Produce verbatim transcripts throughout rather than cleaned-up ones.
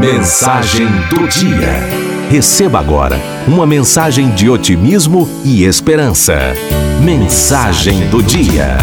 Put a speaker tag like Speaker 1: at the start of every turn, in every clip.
Speaker 1: Mensagem do Dia. Receba agora uma mensagem de otimismo e esperança. Mensagem do Dia.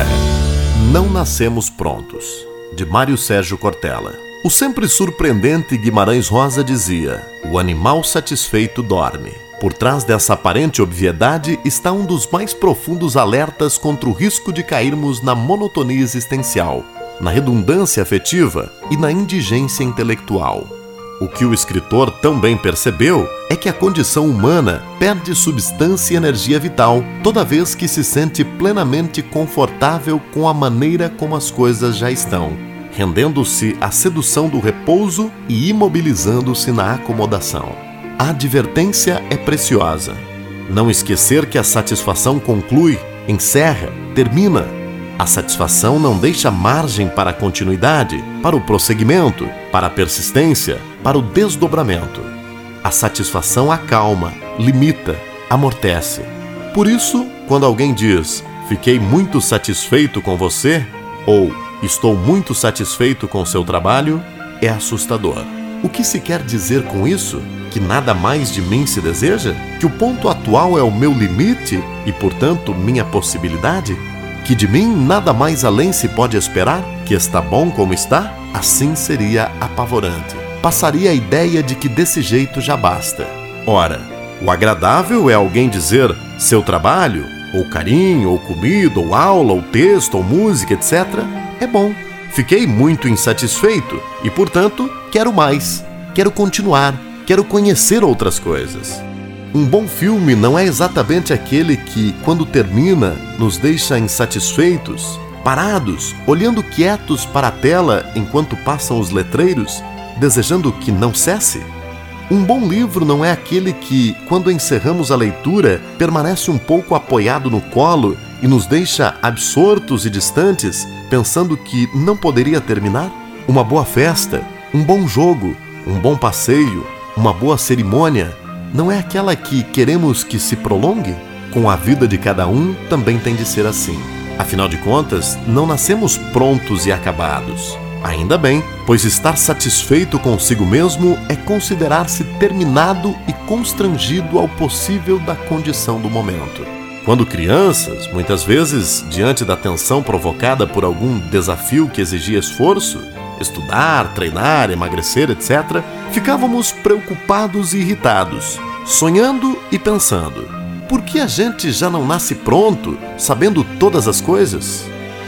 Speaker 2: Não nascemos prontos, de Mário Sérgio Cortella. O sempre surpreendente Guimarães Rosa dizia: o animal satisfeito dorme. Por trás dessa aparente obviedade está um dos mais profundos alertas contra o risco de cairmos na monotonia existencial, na redundância afetiva e na indigência intelectual. O que o escritor tão bem percebeu é que a condição humana perde substância e energia vital toda vez que se sente plenamente confortável com a maneira como as coisas já estão, rendendo-se à sedução do repouso e imobilizando-se na acomodação. A advertência é preciosa. Não esquecer que a satisfação conclui, encerra, termina. A satisfação não deixa margem para a continuidade, para o prosseguimento, para a persistência, para o desdobramento. A satisfação acalma, limita, amortece. Por isso, quando alguém diz "fiquei muito satisfeito com você" ou "estou muito satisfeito com seu trabalho", é assustador. O que se quer dizer com isso? Que nada mais de mim se deseja? Que o ponto atual é o meu limite e, portanto, minha possibilidade? Que de mim nada mais além se pode esperar? Que está bom como está? Assim seria apavorante. Passaria a ideia de que desse jeito já basta. Ora, o agradável é alguém dizer seu trabalho, ou carinho, ou comida, ou aula, ou texto, ou música, etcétera é bom. Fiquei muito insatisfeito e, portanto, quero mais. Quero continuar. Quero conhecer outras coisas. Um bom filme não é exatamente aquele que, quando termina, nos deixa insatisfeitos, parados, olhando quietos para a tela enquanto passam os letreiros, desejando que não cesse. Um bom livro não é aquele que, quando encerramos a leitura, permanece um pouco apoiado no colo e nos deixa absortos e distantes, pensando que não poderia terminar. Uma boa festa, um bom jogo, um bom passeio, uma boa cerimônia, não é aquela que queremos que se prolongue? Com a vida de cada um também tem de ser assim. Afinal de contas, não nascemos prontos e acabados. Ainda bem, pois estar satisfeito consigo mesmo é considerar-se terminado e constrangido ao possível da condição do momento. Quando crianças, muitas vezes, diante da tensão provocada por algum desafio que exigia esforço, estudar, treinar, emagrecer, etcétera, ficávamos preocupados e irritados, sonhando e pensando: por que a gente já não nasce pronto, sabendo todas as coisas?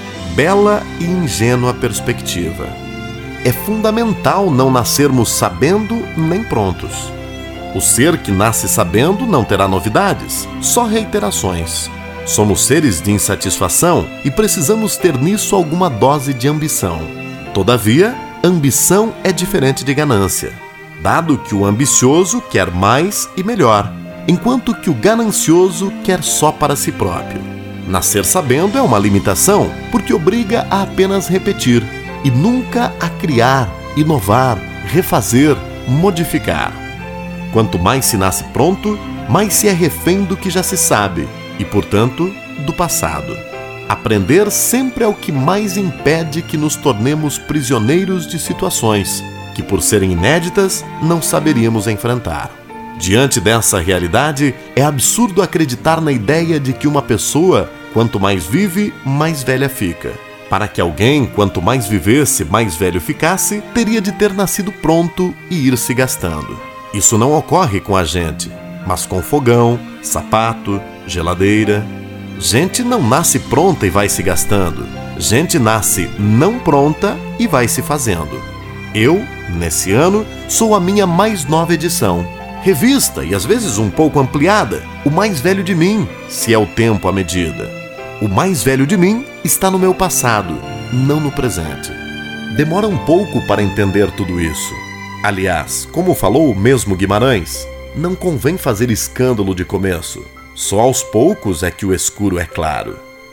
Speaker 2: Bela e ingênua perspectiva. É fundamental não nascermos sabendo nem prontos. O ser que nasce sabendo não terá novidades, só reiterações. Somos seres de insatisfação e precisamos ter nisso alguma dose de ambição. Todavia, ambição é diferente de ganância, dado que o ambicioso quer mais e melhor, enquanto que o ganancioso quer só para si próprio. Nascer sabendo é uma limitação, porque obriga a apenas repetir, e nunca a criar, inovar, refazer, modificar. Quanto mais se nasce pronto, mais se é refém do que já se sabe, e, portanto, do passado. Aprender sempre é o que mais impede que nos tornemos prisioneiros de situações que, por serem inéditas, não saberíamos enfrentar. Diante dessa realidade, é absurdo acreditar na ideia de que uma pessoa, quanto mais vive, mais velha fica. Para que alguém, quanto mais vivesse, mais velho ficasse, teria de ter nascido pronto e ir se gastando. Isso não ocorre com a gente, mas com fogão, sapato, geladeira. Gente não nasce pronta e vai se gastando. Gente nasce não pronta e vai se fazendo. Eu, nesse ano, sou a minha mais nova edição. Revista e às vezes um pouco ampliada. O mais velho de mim, se é o tempo à medida. O mais velho de mim está no meu passado, não no presente. Demora um pouco para entender tudo isso. Aliás, como falou o mesmo Guimarães, não convém fazer escândalo de começo. Só aos poucos é que o escuro é claro.